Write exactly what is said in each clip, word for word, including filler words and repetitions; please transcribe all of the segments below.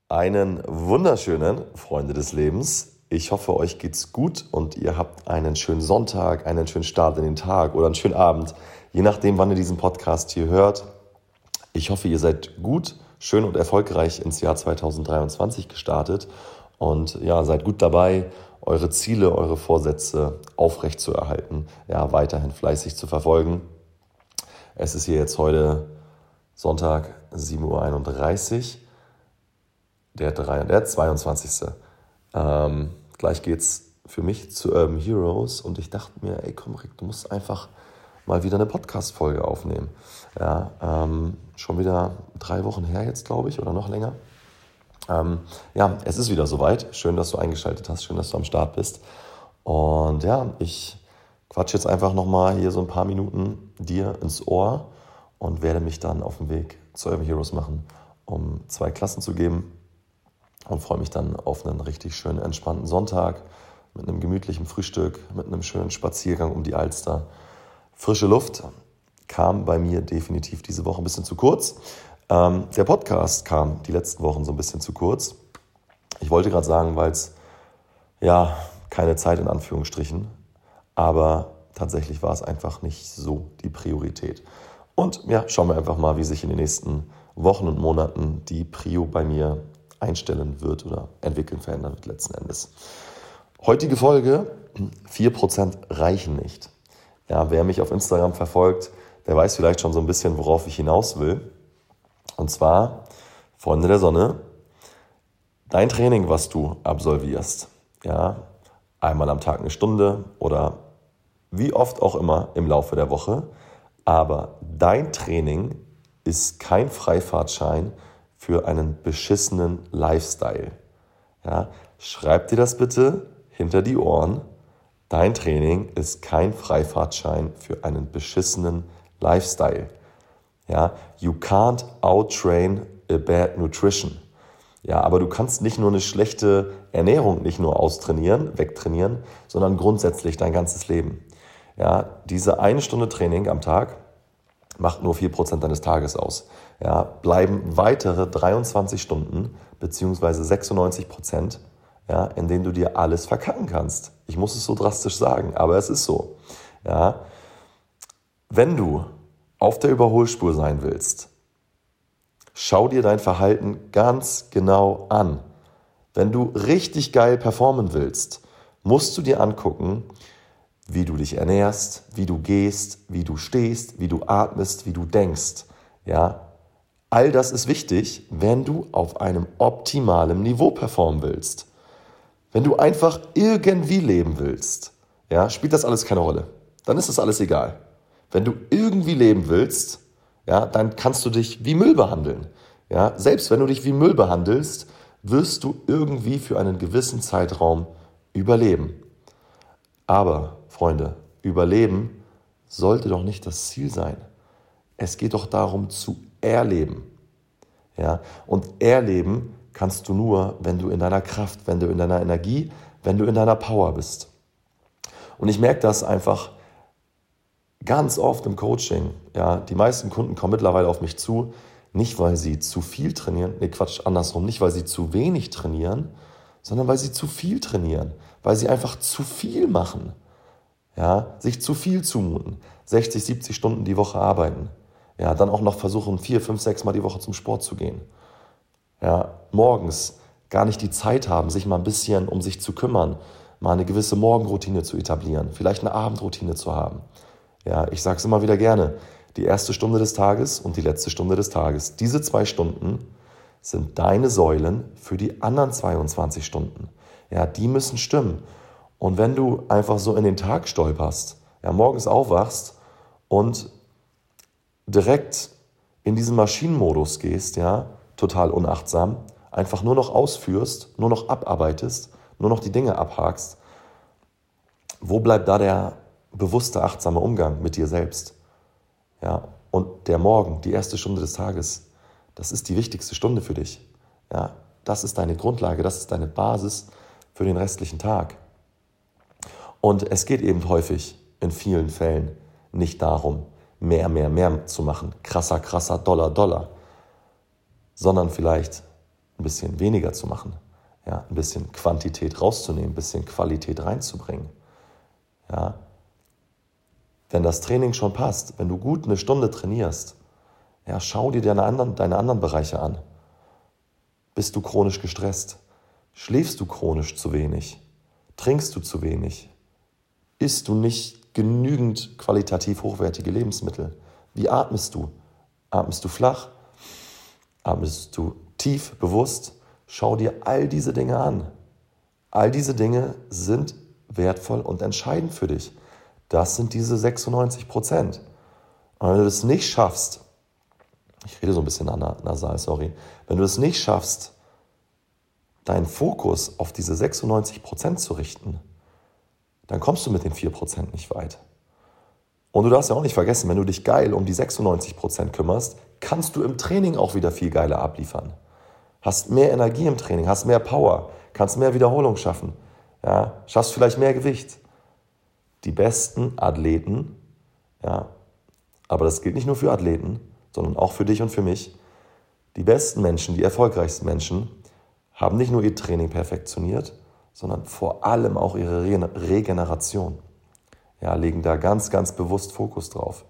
Einen wunderschönen, Freunde des Lebens. Ich hoffe, euch geht's gut und ihr habt einen schönen Sonntag, einen schönen Start in den Tag oder einen schönen Abend, je nachdem, wann ihr diesen Podcast hier hört. Ich hoffe, ihr seid gut, schön und erfolgreich ins Jahr zwanzig dreiundzwanzig gestartet und ja, seid gut dabei, eure Ziele, eure Vorsätze aufrechtzuerhalten, ja, weiterhin fleißig zu verfolgen. Es ist hier jetzt heute Sonntag, sieben Uhr einunddreißig. Der, der zweiundzwanzigste Ähm, gleich geht's für mich zu Urban Heroes und ich dachte mir, ey komm Rick, du musst einfach mal wieder eine Podcast-Folge aufnehmen. Ja, ähm, schon wieder drei Wochen her jetzt, glaube ich, oder noch länger. Ähm, ja, es ist wieder soweit. Schön, dass du eingeschaltet hast, schön, dass du am Start bist. Und ja, ich quatsche jetzt einfach nochmal hier so ein paar Minuten dir ins Ohr und werde mich dann auf den Weg zu Urban Heroes machen, um zwei Klassen zu geben. Und freue mich dann auf einen richtig schönen, entspannten Sonntag mit einem gemütlichen Frühstück, mit einem schönen Spaziergang um die Alster. Frische Luft kam bei mir definitiv diese Woche ein bisschen zu kurz. Ähm, der Podcast kam die letzten Wochen so ein bisschen zu kurz. Ich wollte gerade sagen, weil es ja keine Zeit in Anführungsstrichen, aber tatsächlich war es einfach nicht so die Priorität. Und ja, schauen wir einfach mal, wie sich in den nächsten Wochen und Monaten die Prio bei mir einstellen wird oder entwickeln, verändern wird letzten Endes. Heutige Folge, vier Prozent reichen nicht. Ja, wer mich auf Instagram verfolgt, der weiß vielleicht schon so ein bisschen, worauf ich hinaus will. Und zwar, Freunde der Sonne, dein Training, was du absolvierst, ja, einmal am Tag eine Stunde oder wie oft auch immer im Laufe der Woche, aber dein Training ist kein Freifahrtschein für einen beschissenen Lifestyle. Ja, schreib dir das bitte hinter die Ohren. Dein Training ist kein Freifahrtschein für einen beschissenen Lifestyle. Ja, you can't outtrain a bad nutrition. Ja, aber du kannst nicht nur eine schlechte Ernährung nicht nur austrainieren, wegtrainieren, sondern grundsätzlich dein ganzes Leben. Ja, diese eine Stunde Training am Tag macht nur vier Prozent deines Tages aus. Ja, bleiben weitere dreiundzwanzig Stunden bzw. sechsundneunzig Prozent, ja, in denen du dir alles verkacken kannst. Ich muss es so drastisch sagen, aber es ist so. Ja, wenn du auf der Überholspur sein willst, schau dir dein Verhalten ganz genau an. Wenn du richtig geil performen willst, musst du dir angucken, wie du dich ernährst, wie du gehst, wie du stehst, wie du atmest, wie du denkst. Ja, all das ist wichtig, wenn du auf einem optimalen Niveau performen willst. Wenn du einfach irgendwie leben willst, ja, spielt das alles keine Rolle. Dann ist das alles egal. Wenn du irgendwie leben willst, ja, dann kannst du dich wie Müll behandeln. Ja, selbst wenn du dich wie Müll behandelst, wirst du irgendwie für einen gewissen Zeitraum überleben. Aber, Freunde, Überleben sollte doch nicht das Ziel sein. Es geht doch darum zu erleben. Ja? Und erleben kannst du nur, wenn du in deiner Kraft, wenn du in deiner Energie, wenn du in deiner Power bist. Und ich merke das einfach ganz oft im Coaching. Ja? Die meisten Kunden kommen mittlerweile auf mich zu, nicht weil sie zu viel trainieren, nee Quatsch, andersrum, nicht weil sie zu wenig trainieren, sondern weil sie zu viel trainieren, weil sie einfach zu viel machen. Ja, sich zu viel zumuten, sechzig, siebzig Stunden die Woche arbeiten, ja, dann auch noch versuchen, vier, fünf, sechs Mal die Woche zum Sport zu gehen. Ja, morgens gar nicht die Zeit haben, sich mal ein bisschen um sich zu kümmern, mal eine gewisse Morgenroutine zu etablieren, vielleicht eine Abendroutine zu haben. Ja, ich sage es immer wieder gerne, die erste Stunde des Tages und die letzte Stunde des Tages, diese zwei Stunden sind deine Säulen für die anderen zweiundzwanzig Stunden. Ja, die müssen stimmen. Und wenn du einfach so in den Tag stolperst, ja, morgens aufwachst und direkt in diesen Maschinenmodus gehst, ja, total unachtsam, einfach nur noch ausführst, nur noch abarbeitest, nur noch die Dinge abhakst, wo bleibt da der bewusste, achtsame Umgang mit dir selbst? Ja, und der Morgen, die erste Stunde des Tages, das ist die wichtigste Stunde für dich. Ja, das ist deine Grundlage, das ist deine Basis für den restlichen Tag. Und es geht eben häufig, in vielen Fällen, nicht darum, mehr, mehr, mehr zu machen, krasser, krasser, doller, doller, sondern vielleicht ein bisschen weniger zu machen, ja, ein bisschen Quantität rauszunehmen, ein bisschen Qualität reinzubringen. Ja. Wenn das Training schon passt, wenn du gut eine Stunde trainierst, ja, schau dir deine anderen, deine anderen Bereiche an. Bist du chronisch gestresst? Schläfst du chronisch zu wenig? Trinkst du zu wenig? Isst du nicht genügend qualitativ hochwertige Lebensmittel? Wie atmest du? Atmest du flach? Atmest du tief, bewusst? Schau dir all diese Dinge an. All diese Dinge sind wertvoll und entscheidend für dich. Das sind diese sechsundneunzig Prozent. Und wenn du das nicht schaffst, ich rede so ein bisschen nasal, sorry, wenn du es nicht schaffst, deinen Fokus auf diese sechsundneunzig Prozent zu richten, dann kommst du mit den vier Prozent nicht weit. Und du darfst ja auch nicht vergessen, wenn du dich geil um die sechsundneunzig Prozent kümmerst, kannst du im Training auch wieder viel geiler abliefern. Hast mehr Energie im Training, hast mehr Power, kannst mehr Wiederholung schaffen, ja, schaffst vielleicht mehr Gewicht. Die besten Athleten, ja, aber das gilt nicht nur für Athleten, sondern auch für dich und für mich. Die besten Menschen, die erfolgreichsten Menschen haben nicht nur ihr Training perfektioniert, sondern vor allem auch ihre Re- Regeneration. Ja, legen da ganz, ganz bewusst Fokus drauf.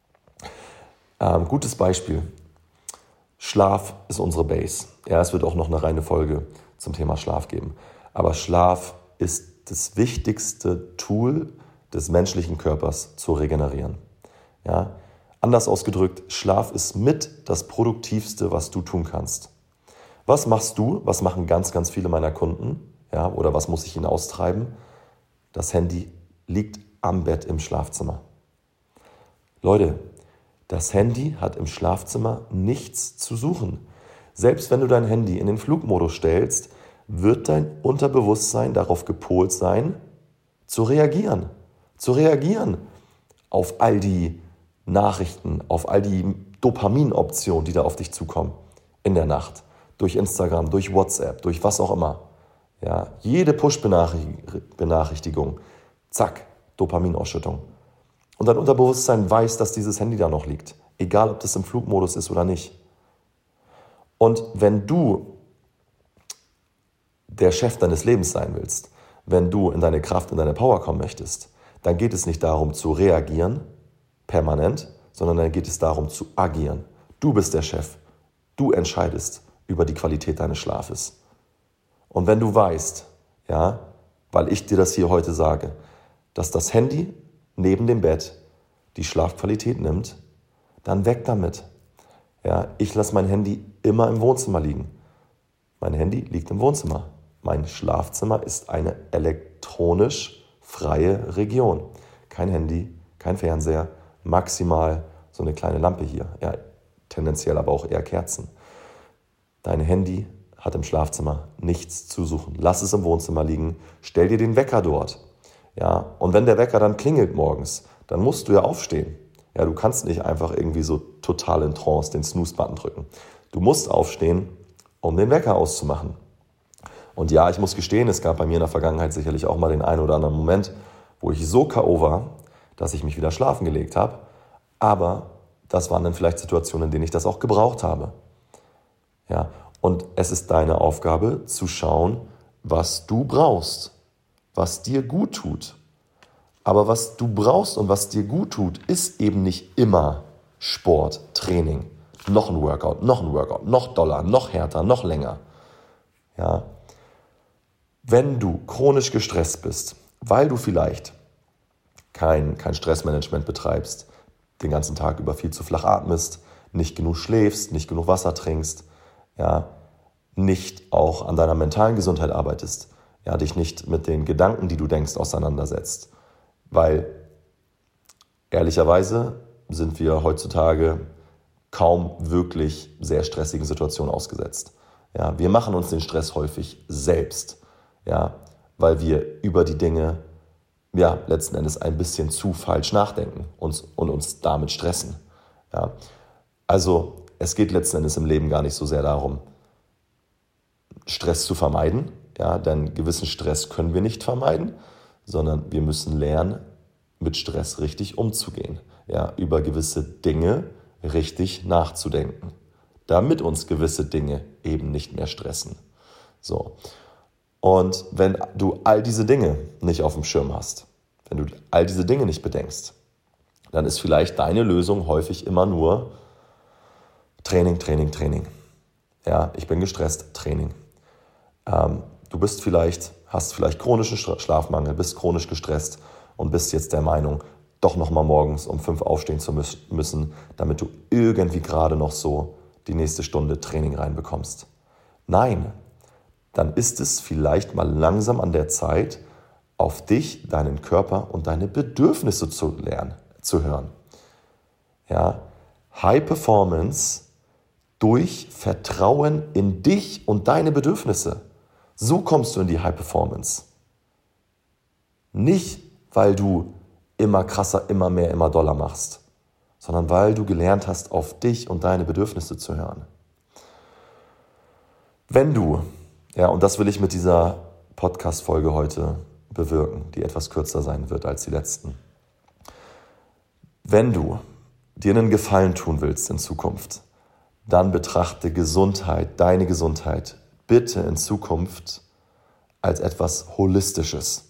Ähm, gutes Beispiel. Schlaf ist unsere Base. Ja, es wird auch noch eine reine Folge zum Thema Schlaf geben. Aber Schlaf ist das wichtigste Tool des menschlichen Körpers zu regenerieren. Ja, anders ausgedrückt, Schlaf ist mit das Produktivste, was du tun kannst. Was machst du? Was machen ganz, ganz viele meiner Kunden? Ja, oder was muss ich ihnen austreiben? Das Handy liegt am Bett im Schlafzimmer. Leute, das Handy hat im Schlafzimmer nichts zu suchen. Selbst wenn du dein Handy in den Flugmodus stellst, wird dein Unterbewusstsein darauf gepolt sein, zu reagieren. Zu reagieren auf all die Nachrichten, auf all die Dopaminoptionen, die da auf dich zukommen in der Nacht. Durch Instagram, durch WhatsApp, durch was auch immer. Ja, jede Push-Benachrichtigung, zack, Dopaminausschüttung. Und dein Unterbewusstsein weiß, dass dieses Handy da noch liegt. Egal, ob das im Flugmodus ist oder nicht. Und wenn du der Chef deines Lebens sein willst, wenn du in deine Kraft, in deine Power kommen möchtest, dann geht es nicht darum zu reagieren, permanent, sondern dann geht es darum zu agieren. Du bist der Chef. Du entscheidest über die Qualität deines Schlafes. Und wenn du weißt, ja, weil ich dir das hier heute sage, dass das Handy neben dem Bett die Schlafqualität nimmt, dann weg damit. Ja, ich lasse mein Handy immer im Wohnzimmer liegen. Mein Handy liegt im Wohnzimmer. Mein Schlafzimmer ist eine elektronisch freie Region. Kein Handy, kein Fernseher, maximal so eine kleine Lampe hier. Ja, tendenziell aber auch eher Kerzen. Dein Handy hat im Schlafzimmer nichts zu suchen. Lass es im Wohnzimmer liegen, stell dir den Wecker dort. Ja, und wenn der Wecker dann klingelt morgens, dann musst du ja aufstehen. Ja, du kannst nicht einfach irgendwie so total in Trance den Snooze-Button drücken. Du musst aufstehen, um den Wecker auszumachen. Und ja, ich muss gestehen, es gab bei mir in der Vergangenheit sicherlich auch mal den einen oder anderen Moment, wo ich so K O war, dass ich mich wieder schlafen gelegt habe. Aber das waren dann vielleicht Situationen, in denen ich das auch gebraucht habe. Ja, und es ist deine Aufgabe zu schauen, was du brauchst, was dir gut tut. Aber was du brauchst und was dir gut tut, ist eben nicht immer Sport, Training, noch ein Workout, noch ein Workout, noch doller, noch härter, noch länger. Ja. Wenn du chronisch gestresst bist, weil du vielleicht kein, kein Stressmanagement betreibst, den ganzen Tag über viel zu flach atmest, nicht genug schläfst, nicht genug Wasser trinkst, ja, nicht auch an deiner mentalen Gesundheit arbeitest, ja, dich nicht mit den Gedanken, die du denkst, auseinandersetzt. Weil ehrlicherweise sind wir heutzutage kaum wirklich sehr stressigen Situationen ausgesetzt. Ja, wir machen uns den Stress häufig selbst, ja, weil wir über die Dinge ja, letzten Endes ein bisschen zu falsch nachdenken uns, und uns damit stressen. Ja. Also es geht letzten Endes im Leben gar nicht so sehr darum, Stress zu vermeiden, ja, denn gewissen Stress können wir nicht vermeiden, sondern wir müssen lernen, mit Stress richtig umzugehen, ja, über gewisse Dinge richtig nachzudenken. damit uns gewisse Dinge eben nicht mehr stressen. So. Und wenn du all diese Dinge nicht auf dem Schirm hast, wenn du all diese Dinge nicht bedenkst, dann ist vielleicht deine Lösung häufig immer nur Training, Training, Training. Ja, ich bin gestresst, Training. Ähm, du bist vielleicht, hast vielleicht chronischen Schlafmangel, bist chronisch gestresst und bist jetzt der Meinung, doch nochmal morgens um fünf aufstehen zu müssen, damit du irgendwie gerade noch so die nächste Stunde Training reinbekommst. Nein, dann ist es vielleicht mal langsam an der Zeit, auf dich, deinen Körper und deine Bedürfnisse zu lernen, zu hören. Ja, High Performance durch Vertrauen in dich und deine Bedürfnisse. So kommst du in die High Performance. Nicht, weil du immer krasser, immer mehr, immer doller machst, sondern weil du gelernt hast, auf dich und deine Bedürfnisse zu hören. Wenn du, ja, und das will ich mit dieser Podcast-Folge heute bewirken, die etwas kürzer sein wird als die letzten. Wenn du dir einen Gefallen tun willst in Zukunft, dann betrachte Gesundheit, deine Gesundheit, bitte in Zukunft als etwas Holistisches.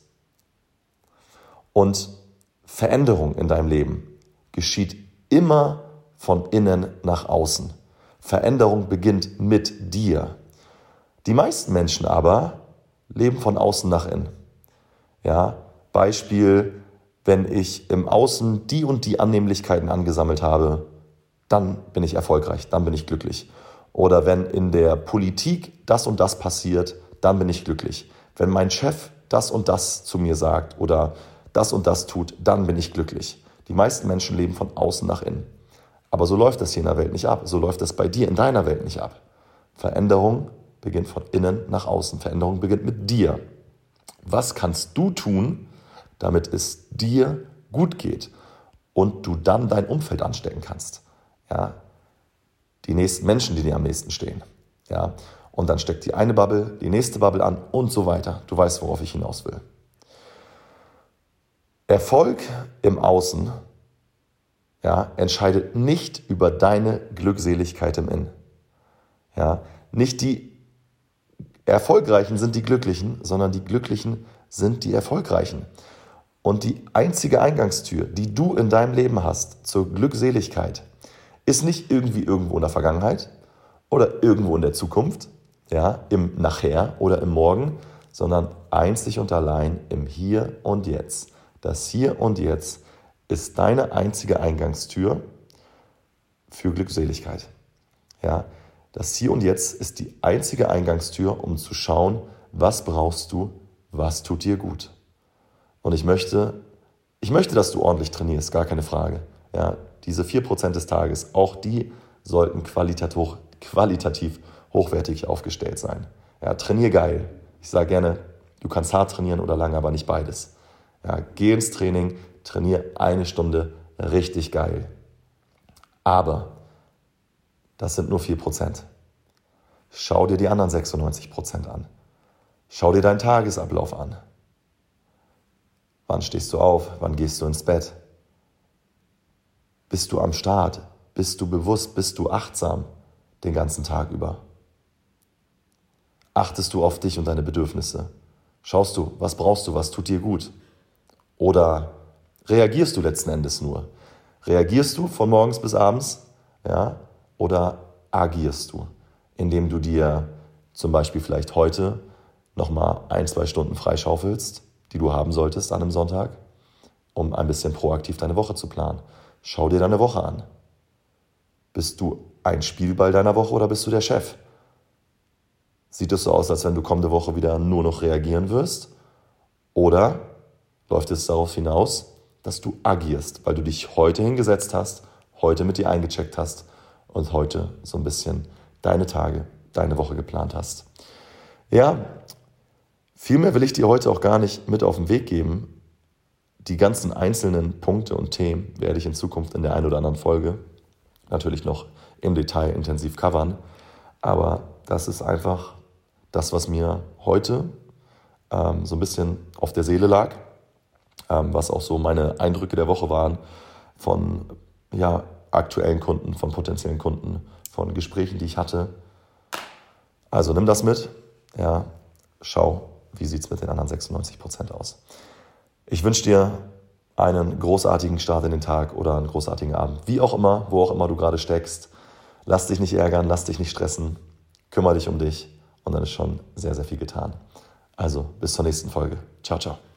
Und Veränderung in deinem Leben geschieht immer von innen nach außen. Veränderung beginnt mit dir. Die meisten Menschen aber leben von außen nach innen. Ja, Beispiel, wenn ich im Außen die und die Annehmlichkeiten angesammelt habe, dann bin ich erfolgreich, dann bin ich glücklich. Oder wenn in der Politik das und das passiert, dann bin ich glücklich. Wenn mein Chef das und das zu mir sagt oder das und das tut, dann bin ich glücklich. Die meisten Menschen leben von außen nach innen. Aber so läuft das hier in der Welt nicht ab. So läuft das bei dir in deiner Welt nicht ab. Veränderung beginnt von innen nach außen. Veränderung beginnt mit dir. Was kannst du tun, damit es dir gut geht und du dann dein Umfeld anstecken kannst? Ja, die nächsten Menschen, die dir am nächsten stehen. Ja, und dann steckt die eine Bubble, die nächste Bubble an und so weiter. Du weißt, worauf ich hinaus will. Erfolg im Außen, ja, entscheidet nicht über deine Glückseligkeit im Innen. Ja, nicht die Erfolgreichen sind die Glücklichen, sondern die Glücklichen sind die Erfolgreichen. Und die einzige Eingangstür, die du in deinem Leben hast zur Glückseligkeit, ist nicht irgendwie irgendwo in der Vergangenheit oder irgendwo in der Zukunft, ja, im Nachher oder im Morgen, sondern einzig und allein im Hier und Jetzt. Das Hier und Jetzt ist deine einzige Eingangstür für Glückseligkeit. Ja, das Hier und Jetzt ist die einzige Eingangstür, um zu schauen, was brauchst du, was tut dir gut. Und ich möchte, ich möchte, dass du ordentlich trainierst, gar keine Frage. Ja, diese vier Prozent des Tages, auch die sollten qualitativ, hoch, qualitativ hochwertig aufgestellt sein. Ja, trainier geil. Ich sage gerne, du kannst hart trainieren oder lang, aber nicht beides. Ja, geh ins Training, trainier eine Stunde richtig geil. Aber das sind nur vier Prozent. Schau dir die anderen sechsundneunzig Prozent an. Schau dir deinen Tagesablauf an. Wann stehst du auf? Wann gehst du ins Bett? Bist du am Start? Bist du bewusst? Bist du achtsam den ganzen Tag über? Achtest du auf dich und deine Bedürfnisse? Schaust du, was brauchst du, was tut dir gut? Oder reagierst du letzten Endes nur? Reagierst du von morgens bis abends? Ja? Oder agierst du, indem du dir zum Beispiel vielleicht heute nochmal ein, zwei Stunden freischaufelst, die du haben solltest an einem Sonntag, um ein bisschen proaktiv deine Woche zu planen. Schau dir deine Woche an. Bist du ein Spielball deiner Woche oder bist du der Chef? Sieht es so aus, als wenn du kommende Woche wieder nur noch reagieren wirst? Oder läuft es darauf hinaus, dass du agierst, weil du dich heute hingesetzt hast, heute mit dir eingecheckt hast und heute so ein bisschen deine Tage, deine Woche geplant hast? Ja, viel mehr will ich dir heute auch gar nicht mit auf den Weg geben. Die ganzen einzelnen Punkte und Themen werde ich in Zukunft in der einen oder anderen Folge natürlich noch im Detail intensiv covern. Aber das ist einfach das, was mir heute ähm, so ein bisschen auf der Seele lag, ähm, was auch so meine Eindrücke der Woche waren von ja, aktuellen Kunden, von potenziellen Kunden, von Gesprächen, die ich hatte. Also nimm das mit, ja, schau, wie sieht es mit den anderen sechsundneunzig Prozent aus. Ich wünsche dir einen großartigen Start in den Tag oder einen großartigen Abend. Wie auch immer, wo auch immer du gerade steckst. Lass dich nicht ärgern, lass dich nicht stressen. Kümmere dich um dich und dann ist schon sehr, sehr viel getan. Also bis zur nächsten Folge. Ciao, ciao.